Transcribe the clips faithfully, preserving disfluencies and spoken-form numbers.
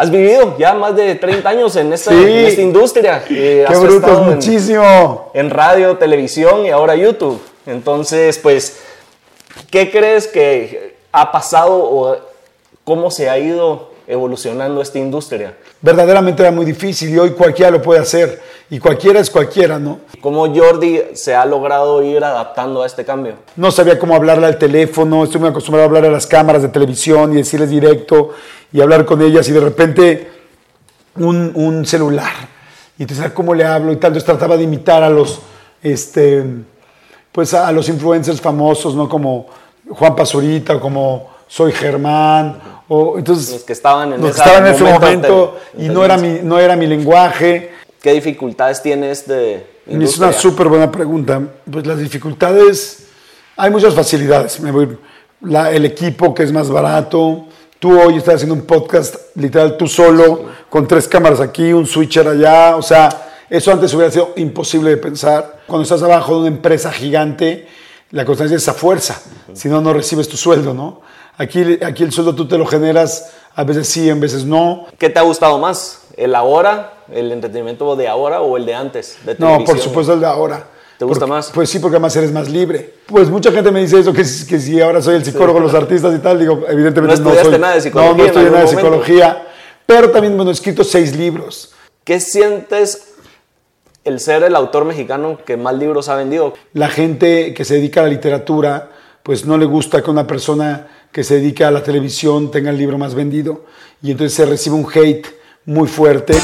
has vivido ya más de treinta años en esta, sí. en esta industria. Eh, Qué bruto, es muchísimo. En, en radio, televisión y ahora YouTube. Entonces, pues, ¿qué crees que ha pasado o cómo se ha ido evolucionando esta industria? Verdaderamente era muy difícil y hoy cualquiera lo puede hacer. Y cualquiera es cualquiera, ¿no? ¿Cómo Jordi se ha logrado ir adaptando a este cambio? No sabía cómo hablarle al teléfono, estoy muy acostumbrado a hablar a las cámaras de televisión y decirles directo y hablar con ellas y de repente un, un celular. Y entonces, ¿cómo le hablo? Y tal, entonces trataba de imitar a los, este, pues a los influencers famosos, ¿no? Como Juan Pazurita o como Soy Germán. O, entonces, los que estaban en, los esa que estaban en ese momento, momento te, y no era, mi, no era mi lenguaje. ¿Qué dificultades tienes de industria? Es una súper buena pregunta. Pues las dificultades, hay muchas facilidades. Me voy, la, el equipo que es más barato. Tú hoy estás haciendo un podcast literal tú solo, sí. con tres cámaras aquí, un switcher allá. O sea, eso antes hubiera sido imposible de pensar. Cuando estás abajo de una empresa gigante, la constancia es a fuerza. Uh-huh. Si no, no recibes tu sueldo, ¿no? Aquí, aquí el sueldo tú te lo generas, a veces sí, a veces no. ¿Qué te ha gustado más? ¿El ahora, el entretenimiento de ahora o el de antes? De no, por supuesto el de ahora. ¿Te gusta porque, más? Pues sí, porque además eres más libre. Pues mucha gente me dice eso, que, que si ahora soy el psicólogo de sí. los artistas y tal, digo, evidentemente no, no soy. Nada de psicología, no, no estudié nada de momento. psicología, pero también, bueno, he escrito seis libros. ¿Qué sientes el ser el autor mexicano que más libros ha vendido? La gente que se dedica a la literatura, pues no le gusta que una persona que se dedica a la televisión tenga el libro más vendido y entonces se recibe un hate muy fuerte.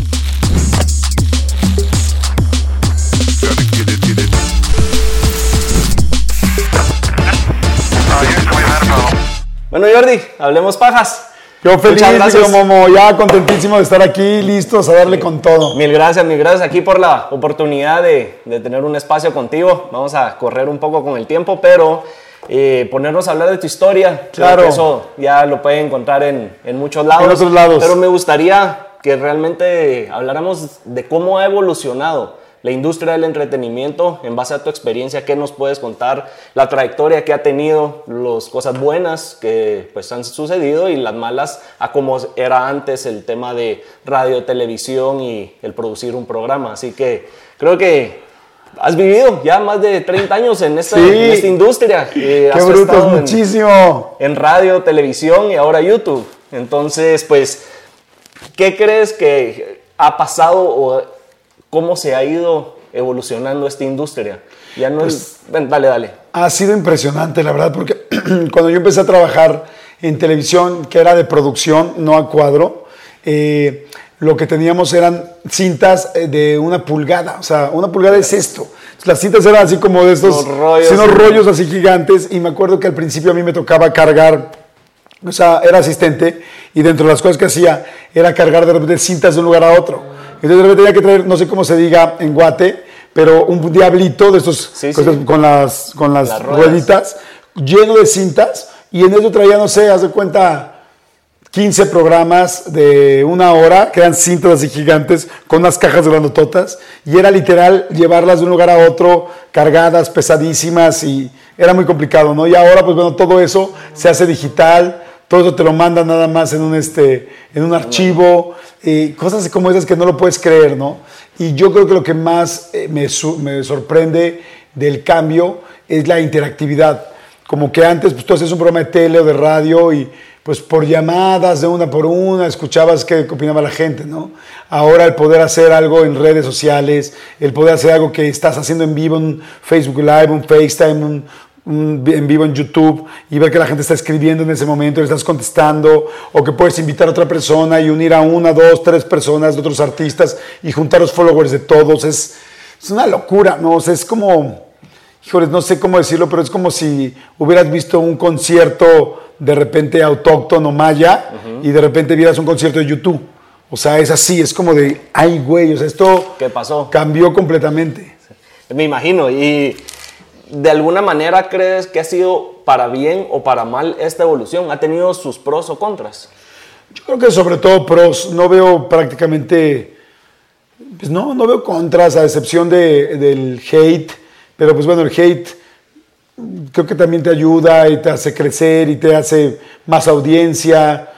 Bueno, Jordi, hablemos pajas. Yo feliz, yo, Momo, ya contentísimo de estar aquí, listos a darle con todo. Mil gracias, mil gracias aquí por la oportunidad de, de tener un espacio contigo. Vamos a correr un poco con el tiempo, pero eh, ponernos a hablar de tu historia. Claro. Eso ya lo pueden encontrar en, en muchos lados. En otros lados. Pero me gustaría que realmente habláramos de cómo ha evolucionado la industria del entretenimiento en base a tu experiencia. ¿Qué nos puedes contar? La trayectoria que ha tenido, las cosas buenas que pues, han sucedido y las malas a cómo era antes el tema de radio, televisión y el producir un programa. Así que creo que has vivido ya más de treinta años en esta, sí. en esta industria. Eh, Qué bruto, es muchísimo. En, en radio, televisión y ahora YouTube. Entonces, pues, ¿qué crees que ha pasado o cómo se ha ido evolucionando esta industria? Ya no pues, es... Ven, dale, dale. Ha sido impresionante, la verdad, porque cuando yo empecé a trabajar en televisión, que era de producción, no a cuadro, eh, lo que teníamos eran cintas de una pulgada. O sea, una pulgada es esto. Las cintas eran así como de estos... Los rollos. Unos rollos así gigantes. Y me acuerdo que al principio a mí me tocaba cargar... O sea, era asistente y dentro de las cosas que hacía era cargar de repente cintas de un lugar a otro. Entonces de repente tenía que traer, no sé cómo se diga en Guate, pero un diablito de estos sí, cosas, sí. con las, con las, las rueditas, lleno de cintas, y en eso traía, no sé, haz de cuenta, quince programas de una hora, que eran cintas así gigantes, con unas cajas grandototas, y era literal llevarlas de un lugar a otro, cargadas, pesadísimas, y era muy complicado, ¿no? Y ahora, pues bueno, todo eso se hace digital, todo eso te lo mandan nada más en un, este, en un archivo, eh, cosas como esas que no lo puedes creer, ¿no? Y yo creo que lo que más eh, me, su- me sorprende del cambio es la interactividad. Como que antes pues, tú hacías un programa de tele o de radio y pues por llamadas de una por una escuchabas qué opinaba la gente, ¿no? Ahora el poder hacer algo en redes sociales, el poder hacer algo que estás haciendo en vivo, un Facebook Live, un FaceTime, un, un en vivo en YouTube y ver que la gente está escribiendo en ese momento, le estás contestando, o que puedes invitar a otra persona y unir a una, dos, tres personas de otros artistas y juntar los followers de todos, es, es una locura, ¿no? O sea, es como, híjoles, no sé cómo decirlo, pero es como si hubieras visto un concierto de repente autóctono maya uh-huh. y de repente vieras un concierto de YouTube. O sea, es así, es como de, ay, güey, o sea, esto ¿qué pasó? Cambió completamente. Me imagino, y de alguna manera crees que ha sido para bien o para mal esta evolución, ¿ha tenido sus pros o contras? Yo creo que sobre todo pros, no veo prácticamente, pues no, no veo contras, a excepción de, del hate, pero pues bueno, el hate creo que también te ayuda y te hace crecer y te hace más audiencia.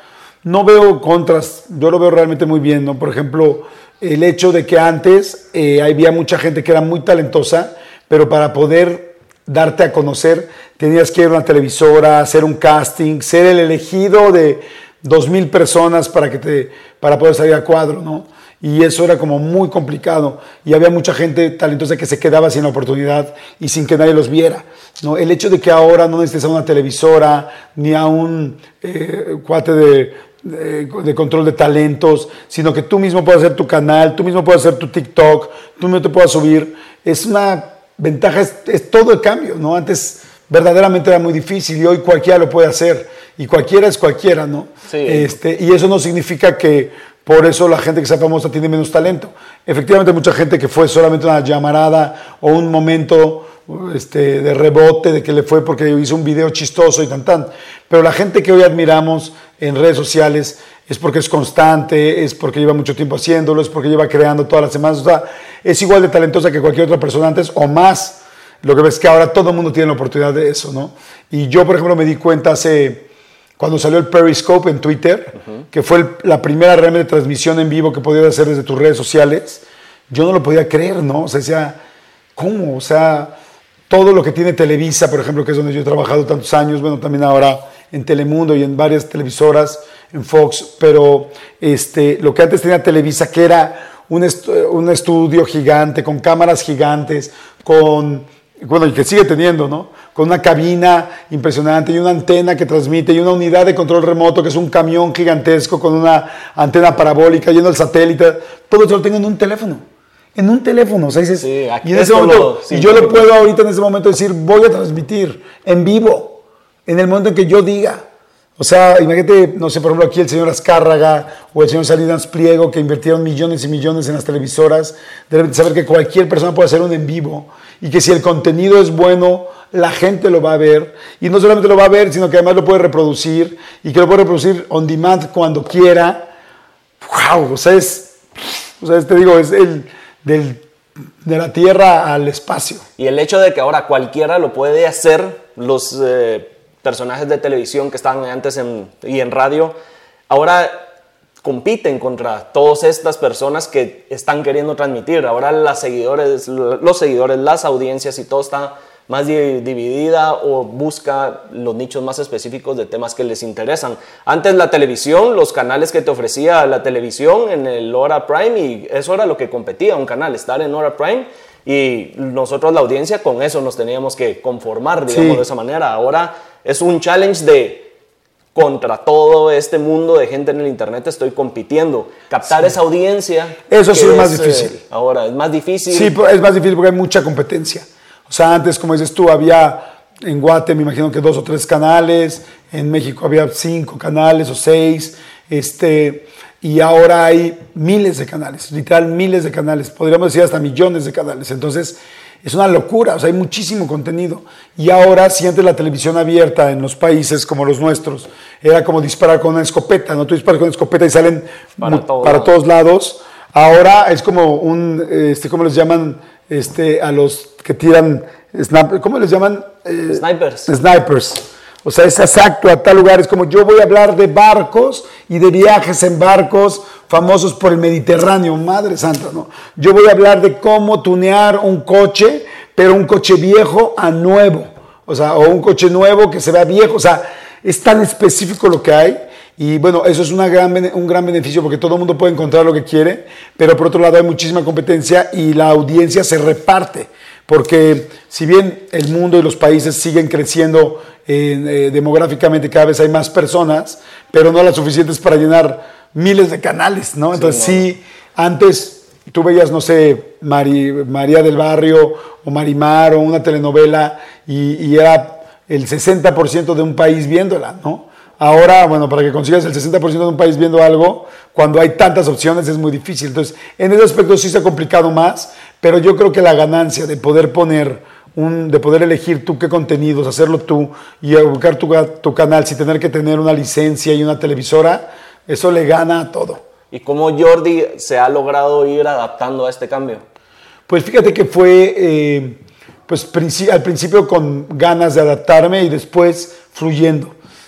no veo contras, yo lo veo realmente muy bien, ¿no? Por ejemplo, el hecho de que antes eh, había mucha gente que era muy talentosa, pero para poder darte a conocer tenías que ir a una televisora, hacer un casting, ser el elegido de dos mil personas para, que te, para poder salir a cuadro, ¿no? Y eso era como muy complicado y había mucha gente talentosa que se quedaba sin la oportunidad y sin que nadie los viera, ¿no? El hecho de que ahora no necesites a una televisora ni a un eh, cuate de, de, de control de talentos, sino que tú mismo puedes hacer tu canal, tú mismo puedes hacer tu TikTok, tú mismo te puedes subir, es una ventaja, es, es todo el cambio, ¿no? Antes verdaderamente era muy difícil y hoy cualquiera lo puede hacer y cualquiera es cualquiera, ¿no? Sí. Este, y eso no significa que por eso la gente que sea famosa tiene menos talento. Efectivamente, mucha gente que fue solamente una llamarada o un momento este, de rebote de que le fue porque hizo un video chistoso y tan tan. Pero la gente que hoy admiramos en redes sociales es porque es constante, es porque lleva mucho tiempo haciéndolo, es porque lleva creando todas las semanas. O sea, es igual de talentosa que cualquier otra persona antes o más. Lo que ves que ahora todo el mundo tiene la oportunidad de eso, ¿no? Y yo, por ejemplo, me di cuenta hace... cuando salió el Periscope en Twitter, uh-huh. que fue el, la primera realmente transmisión en vivo que podías hacer desde tus redes sociales, yo no lo podía creer, ¿no? O sea, decía, ¿cómo? O sea, todo lo que tiene Televisa, por ejemplo, que es donde yo he trabajado tantos años, bueno, también ahora en Telemundo y en varias televisoras, en Fox, pero este, lo que antes tenía Televisa, que era un, est- un estudio gigante, con cámaras gigantes, con... bueno, y que sigue teniendo, ¿no? Con una cabina impresionante y una antena que transmite y una unidad de control remoto que es un camión gigantesco con una antena parabólica yendo al satélite. Todo eso lo tengo en un teléfono. En un teléfono. O sea, dices, sí, aquí y en ese momento, lo, sí, y yo le puedo ahorita en ese momento decir, voy a transmitir en vivo, en el momento en que yo diga. O sea, imagínate, no sé, por ejemplo, aquí el señor Azcárraga o el señor Salinas Pliego, que invirtieron millones y millones en las televisoras, deben saber que cualquier persona puede hacer un en vivo y que si el contenido es bueno, la gente lo va a ver. Y no solamente lo va a ver, sino que además lo puede reproducir y que lo puede reproducir on demand cuando quiera. ¡Wow! O sea, es, o sea, es, te digo, es el del, de la tierra al espacio. Y el hecho de que ahora cualquiera lo puede hacer, los... Eh, personajes de televisión que estaban antes en, y en radio, ahora compiten contra todas estas personas que están queriendo transmitir. Ahora las seguidores, los seguidores, las audiencias y todo está más dividida o busca los nichos más específicos de temas que les interesan. Antes la televisión, los canales que te ofrecía la televisión en el Hora Prime, y eso era lo que competía un canal, estar en Hora Prime. Y nosotros, la audiencia, con eso nos teníamos que conformar, digamos, sí. de esa manera. Ahora es un challenge de contra todo este mundo de gente en el internet estoy compitiendo. Captar sí. esa audiencia. Eso sí es más difícil. Eh, ahora es más difícil. Sí, es más difícil porque hay mucha competencia. O sea, antes, como dices tú, había en Guate, me imagino que dos o tres canales. En México había cinco canales o seis. Este... Y ahora hay miles de canales, literal miles de canales, podríamos decir hasta millones de canales. Entonces es una locura, o sea, hay muchísimo contenido. Y ahora, si antes la televisión abierta en los países como los nuestros era como disparar con una escopeta, ¿no? Tú disparas con una escopeta y salen para, todo para todos lados. Ahora es como un, este, ¿cómo les llaman este, a los que tiran, snap, ¿cómo les llaman? Eh, snipers. Snipers. O sea, es exacto a tal lugar. Es como yo voy a hablar de barcos y de viajes en barcos famosos por el Mediterráneo. Madre santa, ¿no? Yo voy a hablar de cómo tunear un coche, pero un coche viejo a nuevo. O sea, o un coche nuevo que se vea viejo. O sea, es tan específico lo que hay. Y bueno, eso es una gran, un gran beneficio porque todo el mundo puede encontrar lo que quiere. Pero por otro lado hay muchísima competencia y la audiencia se reparte. Porque si bien el mundo y los países siguen creciendo eh, eh, demográficamente, cada vez hay más personas, pero no las suficientes para llenar miles de canales, ¿no? Entonces sí, no. sí antes tú veías, no sé, Mari, María del Barrio o Marimar o una telenovela y, y era el sesenta por ciento de un país viéndola, ¿no? Ahora, bueno, para que consigas el sesenta por ciento de un país viendo algo, cuando hay tantas opciones es muy difícil. Entonces, en ese aspecto sí se ha complicado más, pero yo creo que la ganancia de poder poner, un, de poder elegir tú qué contenidos, hacerlo tú y buscar tu, tu canal sin tener que tener una licencia y una televisora, eso le gana a todo. ¿Y cómo Jordi se ha logrado ir adaptando a este cambio? Pues fíjate que fue, eh, pues princi- al principio con ganas de adaptarme y después fluyendo.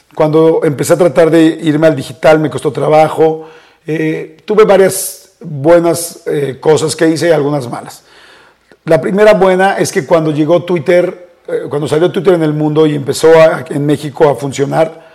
Cuando empecé a tratar de irme al digital me costó trabajo. Eh, tuve varias buenas eh, cosas que hice y algunas malas. La primera buena es que cuando llegó Twitter, eh, cuando salió Twitter en el mundo y empezó a, en México a funcionar,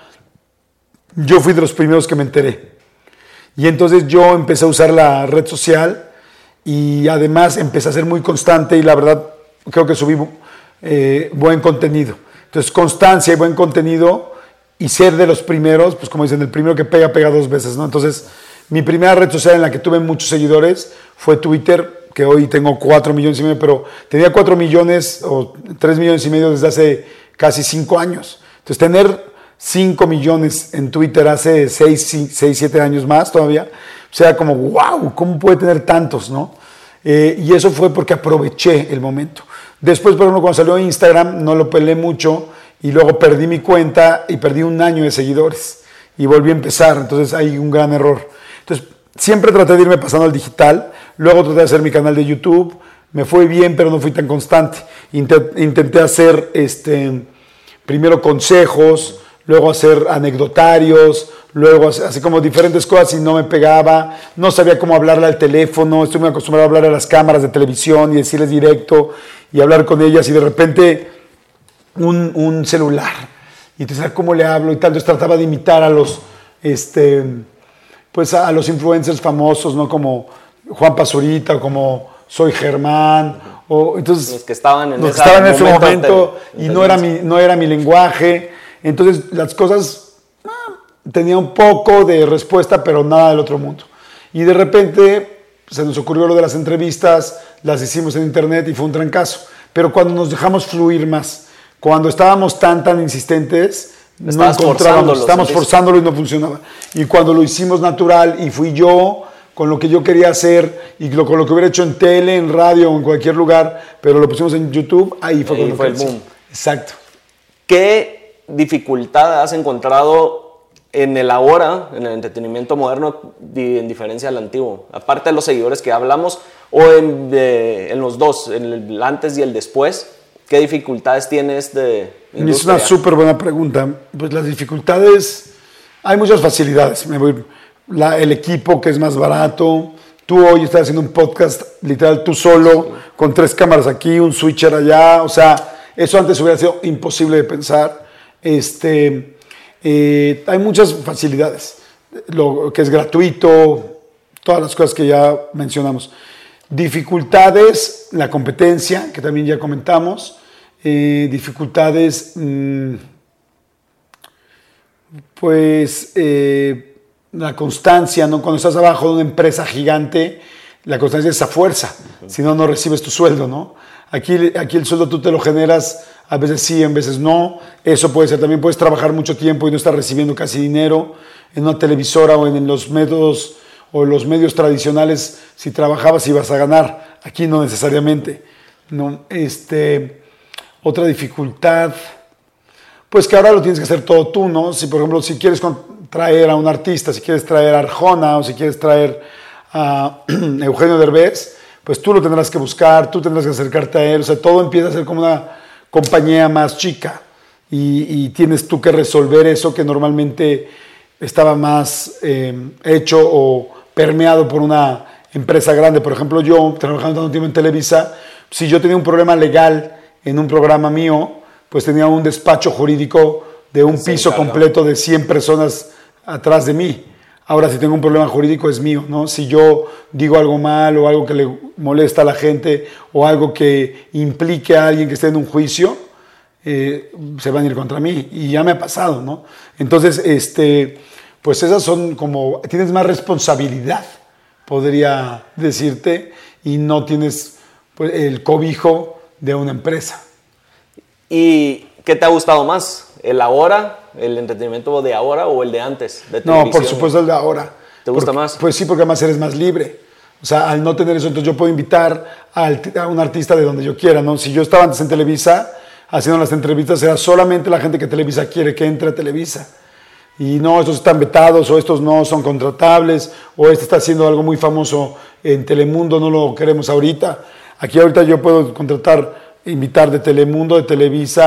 yo fui de los primeros que me enteré. Y entonces yo empecé a usar la red social y además empecé a ser muy constante y la verdad creo que subí eh, buen contenido. Entonces constancia y buen contenido y ser de los primeros, pues como dicen, el primero que pega, pega dos veces, ¿no? Entonces mi primera red social en la que tuve muchos seguidores fue Twitter, que hoy tengo cuatro millones y medio, pero tenía cuatro millones o tres millones y medio desde hace casi cinco años. Entonces tener cinco millones en Twitter hace seis, siete años más todavía, o sea, como wow, ¿cómo puede tener tantos, no? Eh, y eso fue porque aproveché el momento. Después, por ejemplo, cuando salió Instagram, no lo peleé mucho y luego perdí mi cuenta y perdí un año de seguidores y volví a empezar, entonces hay un gran error. Entonces, siempre traté de irme pasando al digital, luego traté de hacer mi canal de YouTube, me fue bien, pero no fui tan constante. Intenté hacer este, primero consejos, luego hacer anecdotarios, luego así como diferentes cosas y no me pegaba, no sabía cómo hablarle al teléfono, estoy muy acostumbrado a hablar a las cámaras de televisión y decirles directo y hablar con ellas y de repente un, un celular. Y entonces, ¿cómo le hablo? Y tal, entonces trataba de imitar a los... Este, pues a los influencers famosos, ¿no? Como Juan Pazurita, o como Soy Germán, o entonces los que estaban en, los esa que estaban en ese momento, momento te, y no era, mi, no era mi lenguaje, entonces las cosas ah, tenía un poco de respuesta, pero nada del otro mundo. Y de repente se nos ocurrió lo de las entrevistas, las hicimos en internet y fue un trancazo, pero cuando nos dejamos fluir más, cuando estábamos tan, tan insistentes, no encontrábamos, estábamos forzándolo y no funcionaba. Y cuando lo hicimos natural y fui yo con lo que yo quería hacer y lo, con lo que hubiera hecho en tele, en radio o en cualquier lugar, pero lo pusimos en YouTube, ahí fue, ahí fue el boom. Exacto. ¿Qué dificultad has encontrado en el ahora, en el entretenimiento moderno, en diferencia al antiguo? Aparte de los seguidores que hablamos, o en, de, en los dos, en el antes y el después, ¿qué dificultades tienes de industria? Es una súper buena pregunta. Pues las dificultades, hay muchas facilidades. Me voy, la, el equipo que es más barato. Tú hoy estás haciendo un podcast literal tú solo, sí, con tres cámaras aquí, un switcher allá. O sea, eso antes hubiera sido imposible de pensar. Este, eh, hay muchas facilidades. Lo que es gratuito, todas las cosas que ya mencionamos. Dificultades, la competencia, que también ya comentamos. Eh, dificultades, mmm, pues eh, la constancia, ¿no? Cuando estás abajo de una empresa gigante, la constancia es esa fuerza, uh-huh. Si no, no recibes tu sueldo, ¿no? Aquí, aquí el sueldo tú te lo generas, a veces sí, a veces no. Eso puede ser, también puedes trabajar mucho tiempo y no estar recibiendo casi dinero en una televisora o en, en los métodos o los medios tradicionales. Si trabajabas ibas a ganar, aquí no necesariamente, ¿no? Este... Otra dificultad, pues que ahora lo tienes que hacer todo tú, ¿no? Si, por ejemplo, si quieres traer a un artista, si quieres traer a Arjona o si quieres traer a Eugenio Derbez, pues tú lo tendrás que buscar, tú tendrás que acercarte a él, o sea, todo empieza a ser como una compañía más chica y, y tienes tú que resolver eso que normalmente estaba más eh, hecho o permeado por una empresa grande. Por ejemplo, yo, trabajando tanto tiempo en Televisa, si yo tenía un problema legal en un programa mío, pues tenía un despacho jurídico de un piso encarga. completo de cien personas atrás de mí. Ahora, si tengo un problema jurídico, es mío, ¿no? Si yo digo algo mal o algo que le molesta a la gente o algo que implique a alguien que esté en un juicio, eh, se van a ir contra mí. Y ya me ha pasado, ¿no? Entonces, este, pues esas son como... Tienes más responsabilidad, podría decirte, y no tienes pues, el cobijo de una empresa. ¿Y qué te ha gustado más? ¿El ahora, el entretenimiento de ahora o el de antes? De no, por supuesto el de ahora. ¿Te gusta porque, más? Pues sí, porque además eres más libre. O sea, al no tener eso, entonces yo puedo invitar al, a un artista de donde yo quiera, ¿no? Si yo estaba antes en Televisa, haciendo las entrevistas, era solamente la gente que Televisa quiere que entre a Televisa. Y no, estos están vetados, o estos no son contratables, o este está haciendo algo muy famoso en Telemundo, no lo queremos ahorita. Aquí ahorita yo puedo contratar, invitar de Telemundo, de Televisa,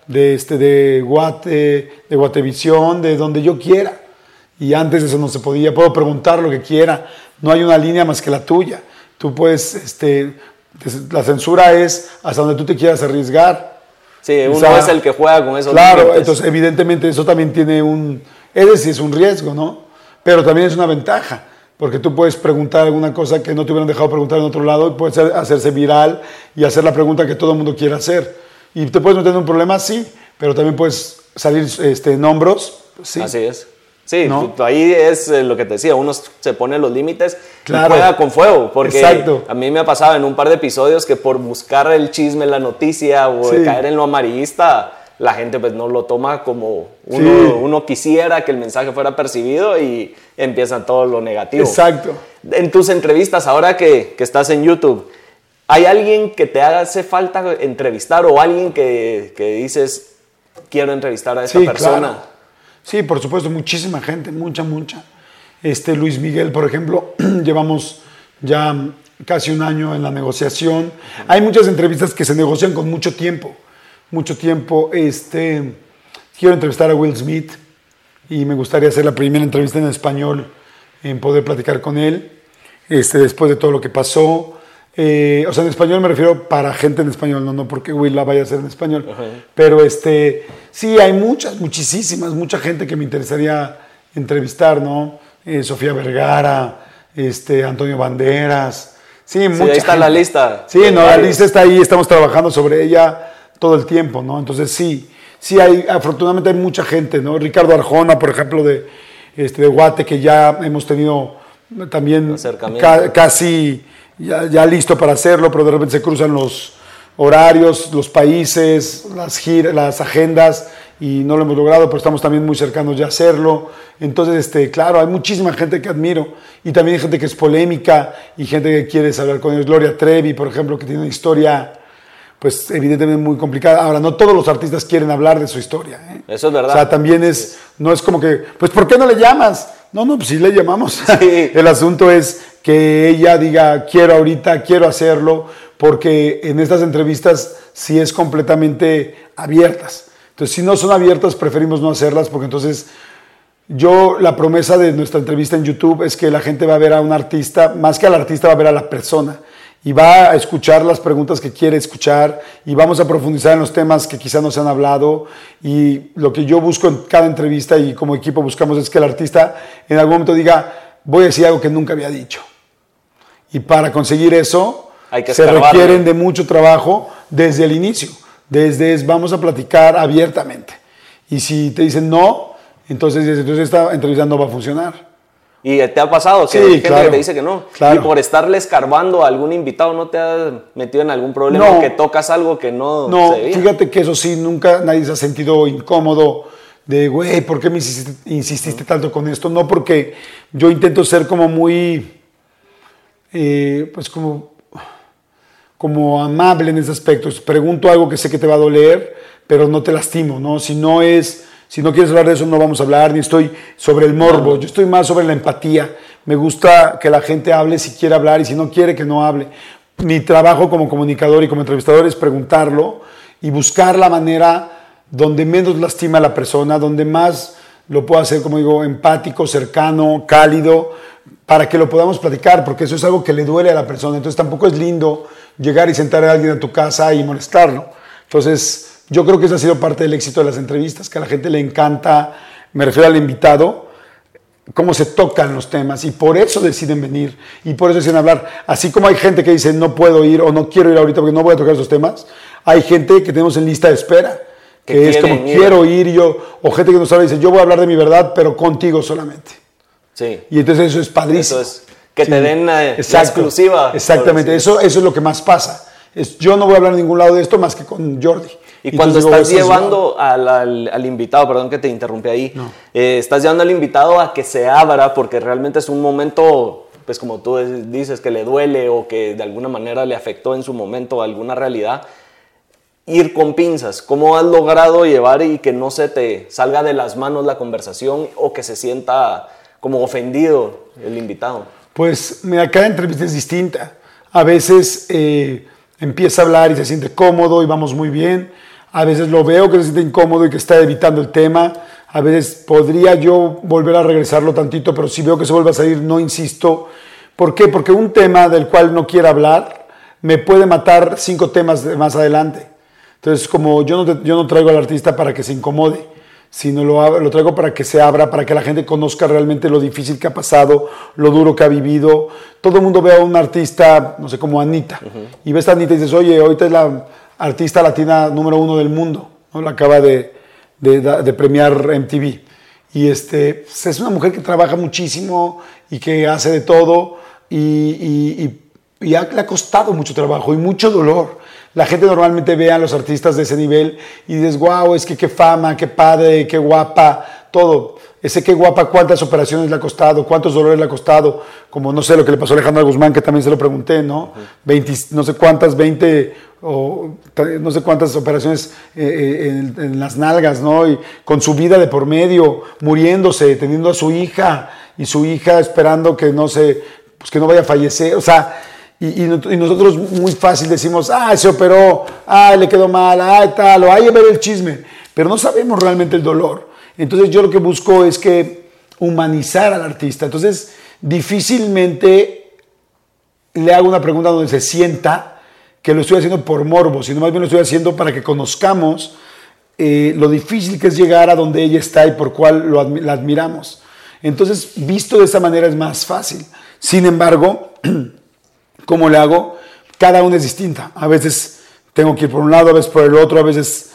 de, este, de, Guate, de Guatevisión, de donde yo quiera. Y antes eso no se podía. Puedo preguntar lo que quiera. No hay una línea más que la tuya. Tú puedes, este, la censura es hasta donde tú te quieras arriesgar. Sí, uno o sea, es el que juega con esos Claro, límites. Entonces evidentemente eso también tiene un, ese sí es un riesgo, ¿no? Pero también es una ventaja, porque tú puedes preguntar alguna cosa que no te hubieran dejado preguntar en otro lado y puedes hacerse viral y hacer la pregunta que todo el mundo quiere hacer. Y te puedes meter en un problema, sí, pero también puedes salir este, en hombros, sí. Así es. Sí, ¿no? ahí es lo que te decía, uno se pone los límites claro. y juega con fuego, porque Exacto. a mí me ha pasado en un par de episodios que por buscar el chisme, la noticia o sí. caer en lo amarillista, la gente pues no lo toma como uno, sí. uno quisiera que el mensaje fuera percibido y empieza todo lo negativo. Exacto. En tus entrevistas, ahora que, que estás en YouTube, ¿hay alguien que te hace falta entrevistar o alguien que, que dices, quiero entrevistar a esta sí, persona? Claro. Sí, por supuesto, muchísima gente, mucha, mucha. Este Luis Miguel, por ejemplo, llevamos ya casi un año en la negociación. Uh-huh. Hay muchas entrevistas que se negocian con mucho tiempo, mucho tiempo. Este, quiero entrevistar a Will Smith y me gustaría hacer la primera entrevista en español, en poder platicar con él, este, después de todo lo que pasó. Eh, o sea, en español me refiero para gente en español, no, no porque Will la vaya a hacer en español. Uh-huh. Pero este, sí, hay muchas, muchísimas, mucha gente que me interesaría entrevistar, ¿no? Eh, Sofía Vergara, este, Antonio Banderas. Sí, sí mucha ahí está gente. La lista. Sí, no, la lista está ahí, estamos trabajando sobre ella todo el tiempo, ¿no? Entonces sí, sí hay, afortunadamente hay mucha gente, ¿no? Ricardo Arjona, por ejemplo, de, este, de Guate, que ya hemos tenido también ca- casi... Ya, ya listo para hacerlo, pero de repente se cruzan los horarios, los países, las, giras, las agendas y no lo hemos logrado, pero estamos también muy cercanos ya a hacerlo. Entonces, este, claro, hay muchísima gente que admiro y también hay gente que es polémica y gente que quiere hablar con ellos. Gloria Trevi, por ejemplo, que tiene una historia, pues evidentemente muy complicada. Ahora, no todos los artistas quieren hablar de su historia, ¿eh? Eso es verdad. O sea, también es, no es como que, pues, ¿por qué no le llamas? No, no, pues sí le llamamos. Sí. El asunto es que ella diga, quiero ahorita, quiero hacerlo, porque en estas entrevistas sí es completamente abiertas. Entonces, si no son abiertas, preferimos no hacerlas, porque entonces yo, la promesa de nuestra entrevista en YouTube es que la gente va a ver a un artista, más que al artista va a ver a la persona, y va a escuchar las preguntas que quiere escuchar, y vamos a profundizar en los temas que quizá no se han hablado, y lo que yo busco en cada entrevista y como equipo buscamos es que el artista en algún momento diga, voy a decir algo que nunca había dicho. Y para conseguir eso, Hay que se requieren de mucho trabajo desde el inicio. Desde es, vamos a platicar abiertamente. Y si te dicen no, entonces, entonces esta entrevista no va a funcionar. ¿Y te ha pasado que sí, hay gente claro, que te dice que no? Claro. Y por estarle escarbando a algún invitado, ¿no te has metido en algún problema? No, que tocas algo que no, no se veía. Fíjate que eso sí, nunca nadie se ha sentido incómodo de, güey, ¿por qué me insististe, insististe uh-huh. tanto con esto? No, porque yo intento ser como muy... Eh, pues como, como amable en ese aspecto. Pregunto algo que sé que te va a doler, pero no te lastimo, ¿no? Si no es, si no quieres hablar de eso, no vamos a hablar, ni estoy sobre el morbo, yo estoy más sobre la empatía. Me gusta que la gente hable si quiere hablar y si no quiere que no hable. Mi trabajo como comunicador y como entrevistador es preguntarlo y buscar la manera donde menos lastima a la persona, donde más lo puedo hacer, como digo, empático, cercano, cálido, para que lo podamos platicar, porque eso es algo que le duele a la persona. Entonces tampoco es lindo llegar y sentar a alguien en tu casa y molestarlo. Entonces yo creo que esa ha sido parte del éxito de las entrevistas, que a la gente le encanta, me refiero al invitado, cómo se tocan los temas y por eso deciden venir y por eso deciden hablar. Así como hay gente que dice no puedo ir o no quiero ir ahorita porque no voy a tocar esos temas, hay gente que tenemos en lista de espera, que, que es como ir. quiero ir yo, o gente que nos habla y dice yo voy a hablar de mi verdad pero contigo solamente. Sí. Y entonces eso es padrísimo. Eso es, que sí. te den la, la exclusiva. Exactamente, eso, eso es lo que más pasa. Es, yo no voy a hablar en ningún lado de esto más que con Jordi. Y, y cuando estás digo, llevando al, al, al invitado, perdón que te interrumpí ahí, no. eh, estás llevando al invitado a que se abra porque realmente es un momento, pues como tú dices, que le duele o que de alguna manera le afectó en su momento alguna realidad. Ir con pinzas, ¿cómo has logrado llevar y que no se te salga de las manos la conversación o que se sienta como ofendido el invitado? Pues mira, cada entrevista es distinta. A veces eh, empieza a hablar y se siente cómodo y vamos muy bien. A veces lo veo que se siente incómodo y que está evitando el tema. A veces podría yo volver a regresarlo tantito, pero si veo que se vuelve a salir, no insisto. ¿Por qué? Porque un tema del cual no quiero hablar me puede matar cinco temas más adelante. Entonces, como yo no, yo no traigo al artista para que se incomode, sino lo, lo traigo para que se abra, para que la gente conozca realmente lo difícil que ha pasado, lo duro que ha vivido. Todo el mundo ve a un artista, no sé, como Anita, uh-huh. y ves a Anita y dices, oye, ahorita es la artista latina número uno del mundo, ¿no? La acaba de, de, de premiar M T V. Y este, es una mujer que trabaja muchísimo y que hace de todo y, y, y, y ha, le ha costado mucho trabajo y mucho dolor. La gente normalmente ve a los artistas de ese nivel y dices, wow, es que qué fama, qué padre, qué guapa, todo. Ese qué guapa, cuántas operaciones le ha costado, cuántos dolores le ha costado, como no sé lo que le pasó a Alejandra Guzmán, que también se lo pregunté, ¿no? Uh-huh. veinte, no sé cuántas, veinte o no sé cuántas operaciones eh, en, en las nalgas, ¿no? Y con su vida de por medio, muriéndose, teniendo a su hija y su hija esperando que no se, pues que no vaya a fallecer, o sea. Y, y, y nosotros muy fácil decimos, ah, se operó, ah, le quedó mal, ah, tal, o hay que ver el chisme, pero no sabemos realmente el dolor. Entonces yo lo que busco es que humanizar al artista. Entonces difícilmente le hago una pregunta donde se sienta que lo estoy haciendo por morbo, sino más bien lo estoy haciendo para que conozcamos eh, lo difícil que es llegar a donde ella está y por cuál lo admi- la admiramos. Entonces, visto de esa manera es más fácil. Sin embargo, ¿cómo le hago? Cada una es distinta. A veces tengo que ir por un lado, a veces por el otro, a veces,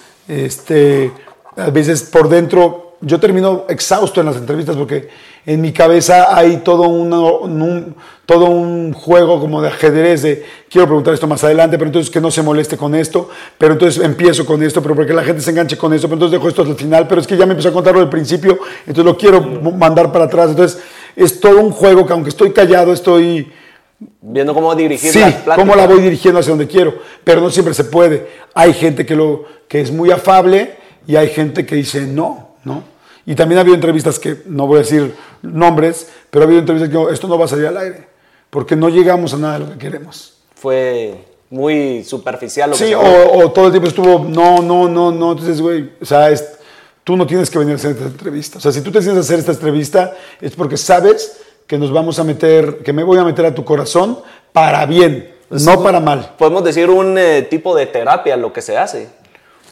este, a veces por dentro. Yo termino exhausto en las entrevistas porque en mi cabeza hay todo, una, un, todo un juego como de ajedrez de quiero preguntar esto más adelante, pero entonces que no se moleste con esto, pero entonces empiezo con esto, pero porque la gente se enganche con esto, pero entonces dejo esto hasta el final, pero es que ya me empezó a contarlo del principio, entonces lo quiero mandar para atrás. Entonces es todo un juego que aunque estoy callado, estoy viendo cómo dirigir sí, la plática. cómo la voy dirigiendo hacia donde quiero, pero no siempre se puede. Hay gente que, lo, que es muy afable y hay gente que dice no, ¿no? Y también ha habido entrevistas que, no voy a decir nombres, pero ha habido entrevistas que no, esto no va a salir al aire, porque no llegamos a nada de lo que queremos. Fue muy superficial lo que sí, se o, o todo el tiempo estuvo no, no, no, no, entonces, güey, o sea, es, tú no tienes que venir a hacer esta entrevista. O sea, si tú te sientes a hacer esta entrevista es porque sabes que nos vamos a meter, que me voy a meter a tu corazón para bien, pues, no para mal. Podemos decir un eh, tipo de terapia lo que se hace.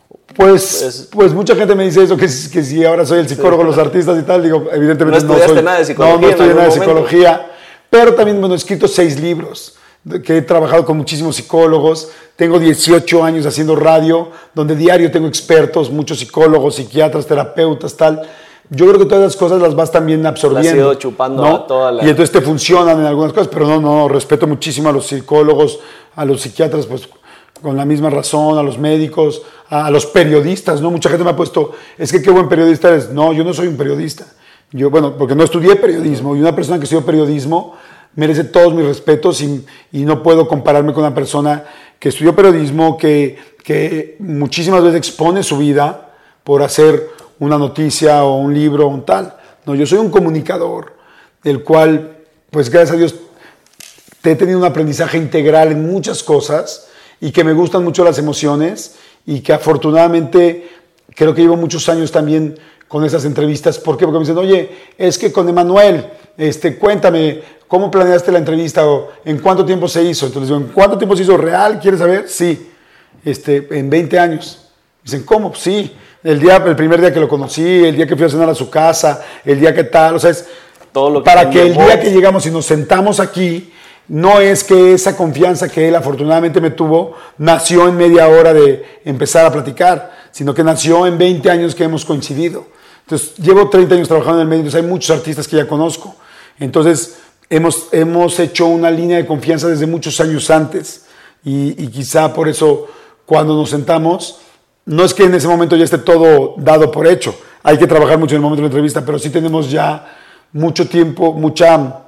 Pues, pues, pues mucha gente me dice eso, que, que si ahora soy el psicólogo de sí. los artistas y tal, digo, evidentemente no, no soy. Nada de psicología, no, no estudié nada de psicología, momento. Pero también, bueno, he escrito seis libros, que he trabajado con muchísimos psicólogos, tengo dieciocho años haciendo radio, donde diario tengo expertos, muchos psicólogos, psiquiatras, terapeutas, tal. Yo creo que todas las cosas las vas también absorbiendo. Las he ido chupando ¿no? a toda la... Y entonces te funcionan en algunas cosas, pero no, no, respeto muchísimo a los psicólogos, a los psiquiatras, pues con la misma razón, a los médicos, a los periodistas, ¿no? Mucha gente me ha puesto, es que qué buen periodista eres. No, yo no soy un periodista. Yo, bueno, porque no estudié periodismo, y una persona que estudió periodismo merece todos mis respetos y, y no puedo compararme con una persona que estudió periodismo, que, que muchísimas veces expone su vida por hacer una noticia o un libro o un tal. No, yo soy un comunicador, del cual, pues gracias a Dios, te he tenido un aprendizaje integral en muchas cosas y que me gustan mucho las emociones y que afortunadamente creo que llevo muchos años también con esas entrevistas. ¿Por qué? Porque me dicen, oye, es que con Emanuel, este, cuéntame, ¿cómo planeaste la entrevista? O ¿en cuánto tiempo se hizo? Entonces digo, ¿en cuánto tiempo se hizo real? ¿Quieres saber? Sí, este, en veinte años. Dicen, ¿cómo? Sí, el, día, el primer día que lo conocí, el día que fui a cenar a su casa, el día que tal, o sea, es todo lo que para que el día que llegamos y nos sentamos aquí, no es que esa confianza que él afortunadamente me tuvo nació en media hora de empezar a platicar, sino que nació en veinte años que hemos coincidido. Entonces, llevo treinta años trabajando en el medio, entonces hay muchos artistas que ya conozco. Entonces, hemos, hemos hecho una línea de confianza desde muchos años antes y, y quizá por eso cuando nos sentamos, no es que en ese momento ya esté todo dado por hecho, hay que trabajar mucho en el momento de la entrevista, pero sí tenemos ya mucho tiempo, mucha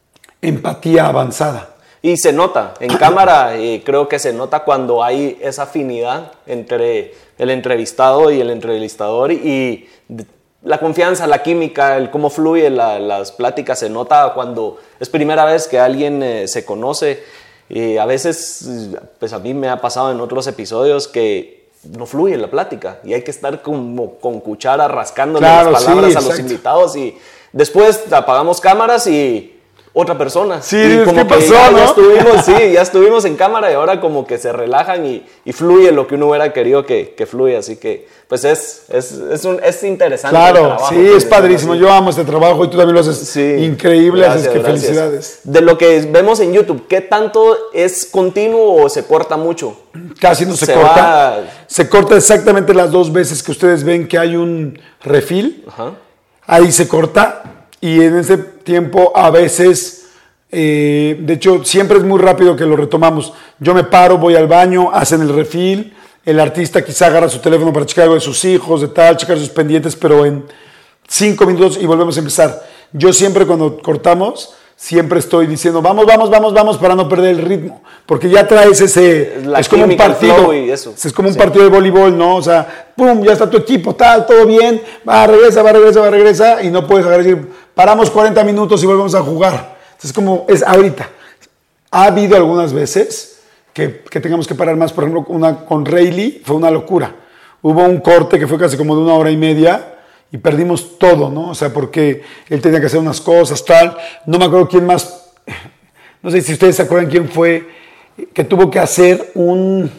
empatía avanzada. Y se nota, en cámara eh, creo que se nota cuando hay esa afinidad entre el entrevistado y el entrevistador y la confianza, la química, el cómo fluye la, las pláticas, se nota cuando es primera vez que alguien eh, se conoce. Y a veces, pues a mí me ha pasado en otros episodios que no fluye la plática y hay que estar como con cuchara rascándole Claro, las palabras sí, a los exacto. invitados y después apagamos cámaras y otra persona. Sí, y ¿qué pasó, ya, no? ya estuvimos, sí, ya estuvimos en cámara y ahora como que se relajan y, y fluye lo que uno hubiera querido que, que fluya. Así que, pues es, es, es, un, es interesante. Claro, el trabajo, sí, es padrísimo. así. Yo amo este trabajo y tú también lo haces Sí, increíble, gracias, así que gracias. felicidades. De lo que vemos en YouTube, ¿qué tanto es continuo o se corta mucho? Casi no se, Se corta. va- Se corta exactamente las dos veces que ustedes ven que hay un refil. Ajá. Ahí se corta y en ese tiempo a veces, eh, de hecho siempre es muy rápido que lo retomamos. Yo me paro, voy al baño, hacen el refil, el artista quizá agarra su teléfono para checar algo de sus hijos, de tal, checar sus pendientes, pero en cinco minutos y volvemos a empezar. Yo siempre cuando cortamos, siempre estoy diciendo vamos, vamos, vamos, vamos para no perder el ritmo, porque ya traes ese, La es como un química, el partido, flow y eso. es como un Sí. partido de voleibol, ¿no? O sea, pum, ya está tu equipo, tal, todo bien, va, regresa, va, regresa, va, regresa, y no puedes agarrar y decir, paramos cuarenta minutos y volvemos a jugar. Entonces, como es ahorita. Ha habido algunas veces que, que tengamos que parar más, por ejemplo, una con Rayleigh fue una locura. Hubo un corte que fue casi como de una hora y media y perdimos todo, ¿no? O sea, porque él tenía que hacer unas cosas, tal. No me acuerdo quién más, no sé si ustedes se acuerdan quién fue, que tuvo que hacer un,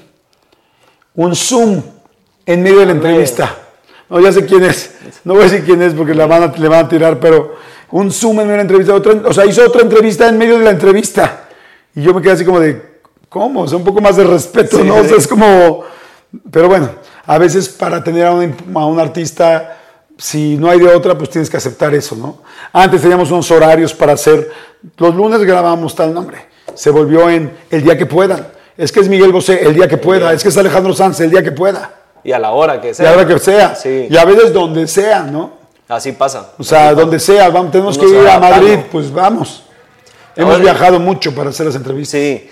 un Zoom en medio de la entrevista. No, ya sé quién es. No voy a decir quién es porque la van a, le van a tirar, pero un Zoom en medio de la entrevista. Otra, o sea, hizo otra entrevista en medio de la entrevista. Y yo me quedé así como de, ¿cómo? O sea, un poco más de respeto, Sí, ¿no? O sí. sea, es como... Pero bueno, a veces para tener a un, a un artista, si no hay de otra, pues tienes que aceptar eso, ¿no? Antes teníamos unos horarios para hacer... Los lunes grabábamos tal nombre. Se volvió en el día que puedan. Es que es Miguel Bosé, el día que pueda. Es que es Alejandro Sanz, el día que pueda. Y a la hora que Y sea. a la hora que sea. Sí. Y a veces donde sea, ¿no? Así pasa. O sea, donde sea. Vamos, tenemos Uno que se ir va a Madrid, adaptando. pues vamos. Hemos Ahora- viajado mucho para hacer las entrevistas. Sí.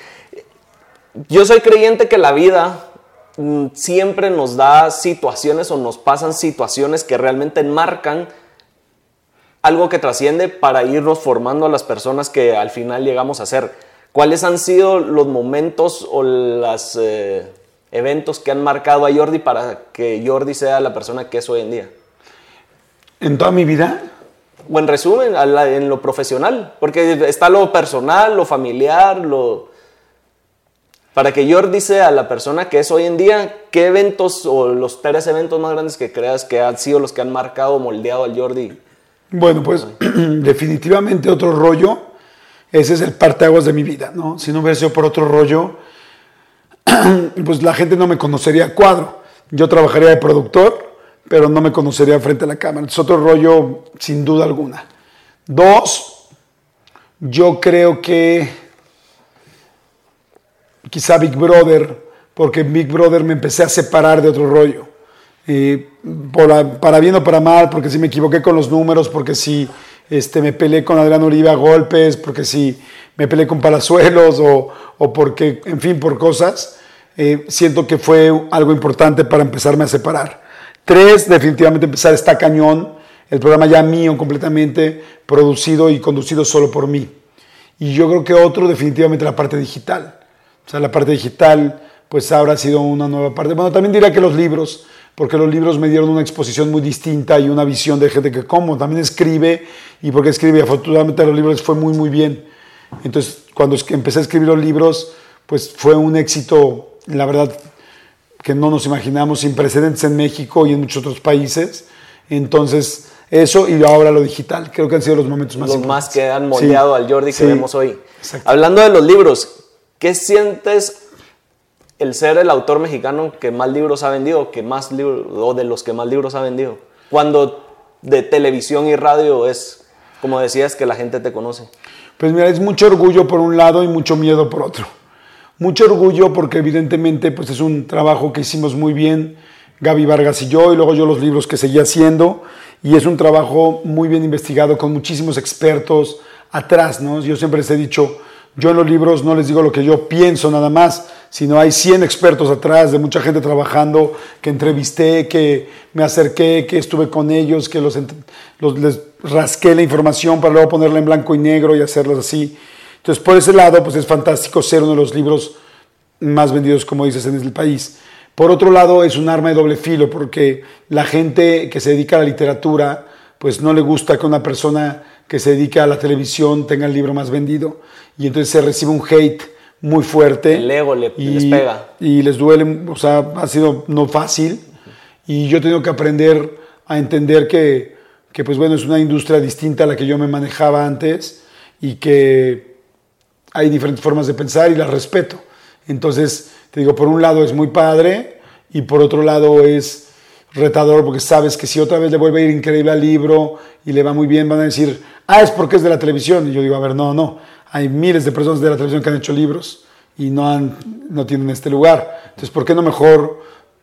Yo soy creyente que la vida mm, siempre nos da situaciones o nos pasan situaciones que realmente enmarcan algo que trasciende para irnos formando a las personas que al final llegamos a ser. ¿Cuáles han sido los momentos o los eh, eventos que han marcado a Jordi para que Jordi sea la persona que es hoy en día? En toda mi vida, O en resumen, a la- en lo profesional, porque está lo personal, lo familiar, lo... Para que Jordi sea la persona que es hoy en día, ¿qué eventos o los tres eventos más grandes que creas que han sido los que han marcado o moldeado al Jordi? bueno, pues definitivamente otro rollo. Ese es el parteaguas de mi vida, ¿no? Si no hubiera sido por otro rollo, pues la gente no me conocería a cuadro. Yo trabajaría de productor, pero no me conocería frente a la cámara. Es otro rollo, sin duda alguna. Dos, yo creo que quizá Big Brother, porque en Big Brother me empecé a separar de otro rollo. Eh, por la- para bien o para mal, porque si me equivoqué con los números, porque si este, me peleé con Adrián Uribe a golpes, porque si me peleé con Palazuelos o, o porque, en fin, por cosas, eh, siento que fue algo importante para empezarme a separar. Tres, definitivamente empezar Está Cañón, el programa ya mío completamente, producido y conducido solo por mí. Y yo creo que otro, definitivamente la parte digital. O sea, la parte digital, pues ahora ha sido una nueva parte. Bueno, también diría que los libros, porque los libros me dieron una exposición muy distinta y una visión de gente que como también escribe, y porque escribe, afortunadamente los libros fue muy, muy bien. Entonces, cuando es que empecé a escribir los libros, pues fue un éxito, la verdad, que no nos imaginamos, sin precedentes en México y en muchos otros países. Entonces, eso y ahora lo digital, creo que han sido los momentos más Los importantes. más que han moldeado Sí, al Jordi que sí, vemos hoy. exacto. Hablando de los libros, ¿qué sientes el ser el autor mexicano que más libros ha vendido, que más libros, o de los que más libros ha vendido? Cuando de televisión y radio es, como decías, que la gente te conoce. Pues mira, es mucho orgullo por un lado y mucho miedo por otro. Mucho orgullo porque evidentemente pues es un trabajo que hicimos muy bien Gaby Vargas y yo, y luego yo los libros que seguí haciendo, y es un trabajo muy bien investigado con muchísimos expertos atrás, ¿no? Yo siempre les he dicho, yo en los libros no les digo lo que yo pienso nada más, sino hay cien expertos atrás, de mucha gente trabajando, que entrevisté, que me acerqué, que estuve con ellos, que los, los, les rasqué la información para luego ponerla en blanco y negro y hacerlas así. Entonces, por ese lado, pues es fantástico ser uno de los libros más vendidos, como dices, en el país. Por otro lado, es un arma de doble filo, porque la gente que se dedica a la literatura, pues no le gusta que una persona que se dedica a la televisión tenga el libro más vendido, y entonces se recibe un hate muy fuerte. El ego le, y, les pega. Y les duele, o sea, ha sido no fácil, y yo he tenido que aprender a entender que, que, pues bueno, es una industria distinta a la que yo me manejaba antes, y que hay diferentes formas de pensar y las respeto. Entonces, te digo, por un lado es muy padre y por otro lado es retador porque sabes que si otra vez le vuelve a ir increíble al libro y le va muy bien, van a decir, ah, es porque es de la televisión. Y yo digo, a ver, no, no. Hay miles de personas de la televisión que han hecho libros y no, han, no tienen este lugar. Entonces, ¿por qué no mejor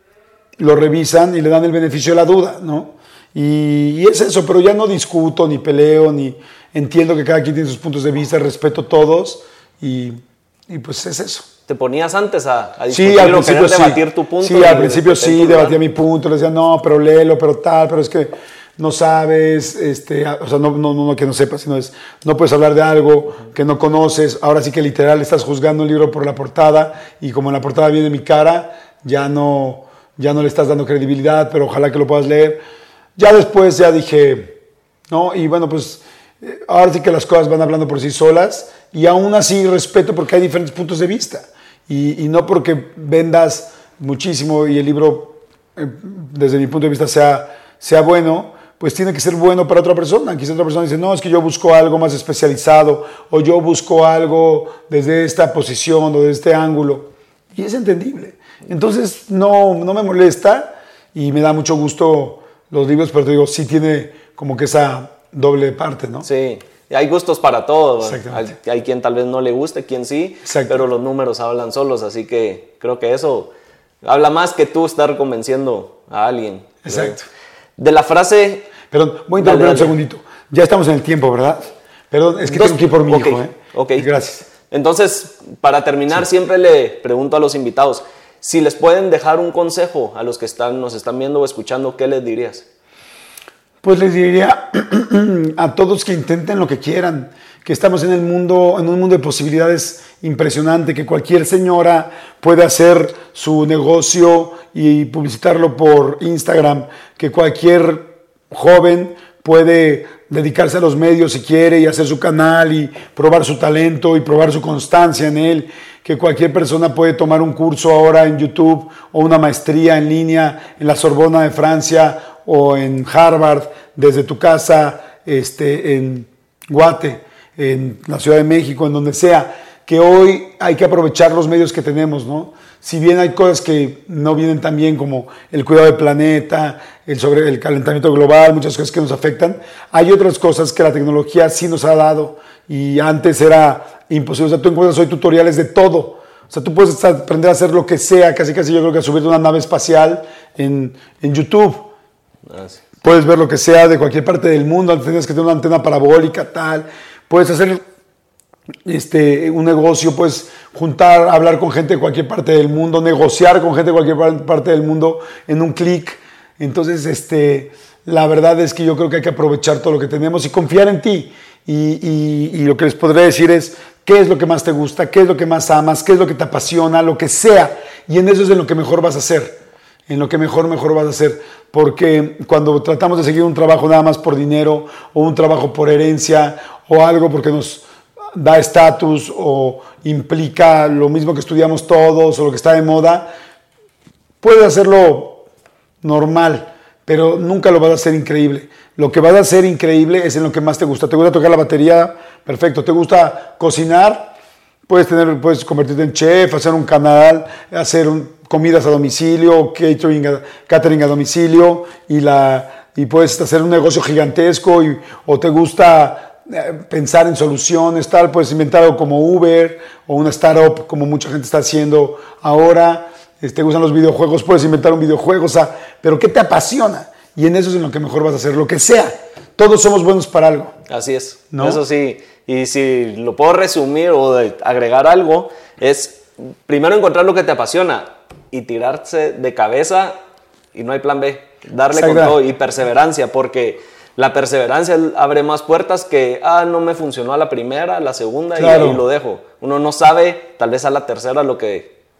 lo revisan y le dan el beneficio de la duda, ¿no? Y, y es eso, pero ya no discuto, ni peleo, ni entiendo que cada quien tiene sus puntos de vista, respeto todos y, y pues es eso. ¿Te ponías antes a, a discutir Sí, al o principio querer sí. debatir tu punto? Sí, al principio sí, debatía mi punto, le decía, no, pero léelo, pero tal, pero es que no sabes, este, o sea, no, no, no que no sepas, sino es, no puedes hablar de algo que no conoces, ahora sí que literal estás juzgando un libro por la portada y como en la portada viene mi cara, ya no, ya no le estás dando credibilidad, pero ojalá que lo puedas leer. Ya después ya dije, no, y bueno, pues ahora sí que las cosas van hablando por sí solas y aún así respeto porque hay diferentes puntos de vista y, y no porque vendas muchísimo y el libro eh, desde mi punto de vista sea, sea bueno, pues tiene que ser bueno para otra persona. Quizás otra persona dice, no, es que yo busco algo más especializado o yo busco algo desde esta posición o desde este ángulo y es entendible. Entonces no, no me molesta y me da mucho gusto los libros, pero te digo, sí tiene como que esa doble parte, ¿no? Sí, y hay gustos para todo. Exactamente. Hay, hay quien tal vez no le guste, quien sí, Exacto. Pero los números hablan solos, así que creo que eso habla más que tú estar convenciendo a alguien. Exacto. De la frase... Perdón, voy a interrumpir un segundito. Ya estamos en el tiempo, ¿verdad? Perdón, es que Dos, tengo que ir por mi okay, hijo, ¿eh? Ok. Gracias. Entonces, para terminar, sí. siempre le pregunto a los invitados, si les pueden dejar un consejo a los que están, nos están viendo o escuchando, ¿qué les dirías? Pues les diría a todos que intenten lo que quieran, que estamos en el mundo, en un mundo de posibilidades impresionante, que cualquier señora puede hacer su negocio y publicitarlo por Instagram, que cualquier joven puede dedicarse a los medios si quiere y hacer su canal y probar su talento y probar su constancia en él, que cualquier persona puede tomar un curso ahora en YouTube o una maestría en línea en la Sorbona de Francia o en Harvard, desde tu casa, este, en Guate, en la Ciudad de México, en donde sea, que hoy hay que aprovechar los medios que tenemos, ¿no? Si bien hay cosas que no vienen tan bien como el cuidado del planeta, el, sobre el calentamiento global, muchas cosas que nos afectan, hay otras cosas que la tecnología sí nos ha dado y antes era imposible. O sea, tú encuentras hoy tutoriales de todo. O sea, tú puedes aprender a hacer lo que sea, casi casi yo creo que a subirte una nave espacial en, en YouTube. Ah, sí. Puedes ver lo que sea de cualquier parte del mundo, antes tenías que tener una antena parabólica, tal. Puedes hacer este, un negocio, puedes juntar, hablar con gente de cualquier parte del mundo, negociar con gente de cualquier parte del mundo en un clic. Entonces, este, la verdad es que yo creo que hay que aprovechar todo lo que tenemos y confiar en ti. Y, y, y lo que les podré decir es, ¿qué es lo que más te gusta? ¿Qué es lo que más amas? ¿Qué es lo que te apasiona? Lo que sea. Y en eso es en lo que mejor vas a hacer. En lo que mejor, mejor vas a hacer. Porque cuando tratamos de seguir un trabajo nada más por dinero, o un trabajo por herencia, o algo porque nos da estatus, o implica lo mismo que estudiamos todos, o lo que está de moda, puedes hacerlo normal, pero nunca lo vas a hacer increíble. Lo que vas a hacer increíble es en lo que más te gusta. ¿Te gusta tocar la batería? Perfecto. ¿Te gusta cocinar? Puedes, tener, puedes convertirte en chef, hacer un canal, hacer un, comidas a domicilio, catering a, catering a domicilio y, la, y puedes hacer un negocio gigantesco y, o te gusta eh, pensar en soluciones, tal, puedes inventar algo como Uber o una startup como mucha gente está haciendo ahora. Te gustan los videojuegos, puedes inventar un videojuego, o sea, pero ¿qué te apasiona? Y en eso es en lo que mejor vas a hacer, lo que sea. Todos somos buenos para algo. Así es, ¿no? Eso sí. Y si lo puedo resumir o agregar algo, es primero encontrar lo que te apasiona y tirarse de cabeza y no hay plan B. Darle con todo y perseverancia, porque la perseverancia abre más puertas que, ah, no me funcionó a la primera, a la segunda, claro. y ahí lo dejo. Uno no sabe, tal vez a la tercera, lo que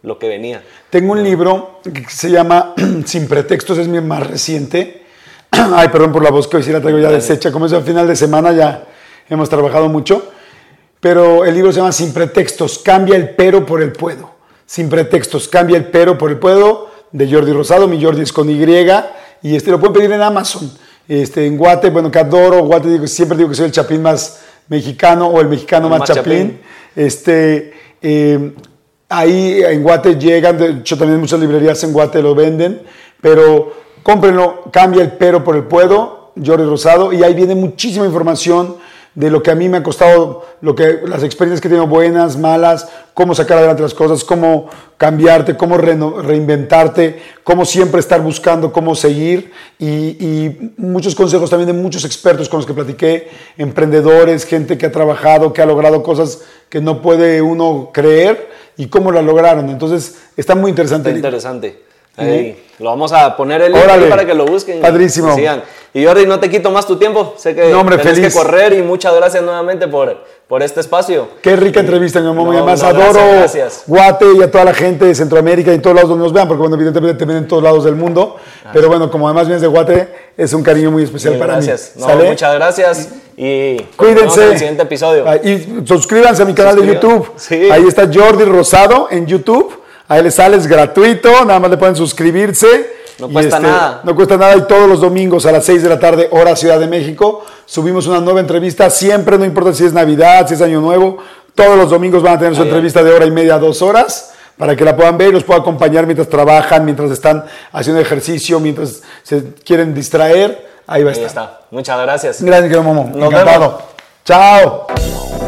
lo que venía. Tengo un libro que se llama Sin Pretextos, es mi más reciente. Ay, perdón por la voz que hoy sí la traigo ya deshecha, como es al final de semana ya hemos trabajado mucho. Pero el libro se llama Sin Pretextos, cambia el pero por el puedo. Sin Pretextos, cambia el pero por el puedo, de Jordi Rosado. Mi Jordi es con Y, y este lo pueden pedir en Amazon. Este, en Guate, bueno, que adoro Guate, digo, siempre digo que soy el chapín más mexicano o el mexicano más, más chapín. chapín. Este, eh, ahí en Guate llegan, de hecho también muchas librerías en Guate lo venden, pero cómprenlo, cambia el pero por el puedo, Jordi Rosado, y ahí viene muchísima información de lo que a mí me ha costado, lo que, las experiencias que he tenido buenas, malas, cómo sacar adelante las cosas, cómo cambiarte, cómo re, reinventarte, cómo siempre estar buscando, cómo seguir y, y muchos consejos también de muchos expertos con los que platiqué, emprendedores, gente que ha trabajado, que ha logrado cosas que no puede uno creer y cómo la lograron. Entonces está muy interesante. Está interesante. Ahí, lo vamos a poner el link para que lo busquen. Padrísimo. Y, y Jordi, no te quito más tu tiempo. Sé que no, hombre, tienes feliz. que correr y muchas gracias nuevamente por, por este espacio. Qué rica y, entrevista, mi amor. No, además no, adoro gracias, gracias. Guate y a toda la gente de Centroamérica y en todos lados donde nos vean, porque bueno, evidentemente te ven en todos lados del mundo. Gracias. Pero bueno, como además vienes de Guate, es un cariño muy especial Mil para gracias. mí. No, muchas gracias y cuídense. En el siguiente episodio. Y suscríbanse a mi canal de YouTube. Sí. Ahí está Jordi Rosado en YouTube. Ahí les sale, es gratuito, nada más le pueden suscribirse. No cuesta este, nada. No cuesta nada y todos los domingos a las seis de la tarde, hora Ciudad de México, subimos una nueva entrevista. Siempre, no importa si es Navidad, si es Año Nuevo, todos los domingos van a tener su Ahí entrevista de hora y media a dos horas para que la puedan ver y los pueda acompañar mientras trabajan, mientras están haciendo ejercicio, mientras se quieren distraer. Ahí va a Ahí estar. está. Muchas gracias. Gracias, querido Momo. Nos Encantado. vemos. Chao.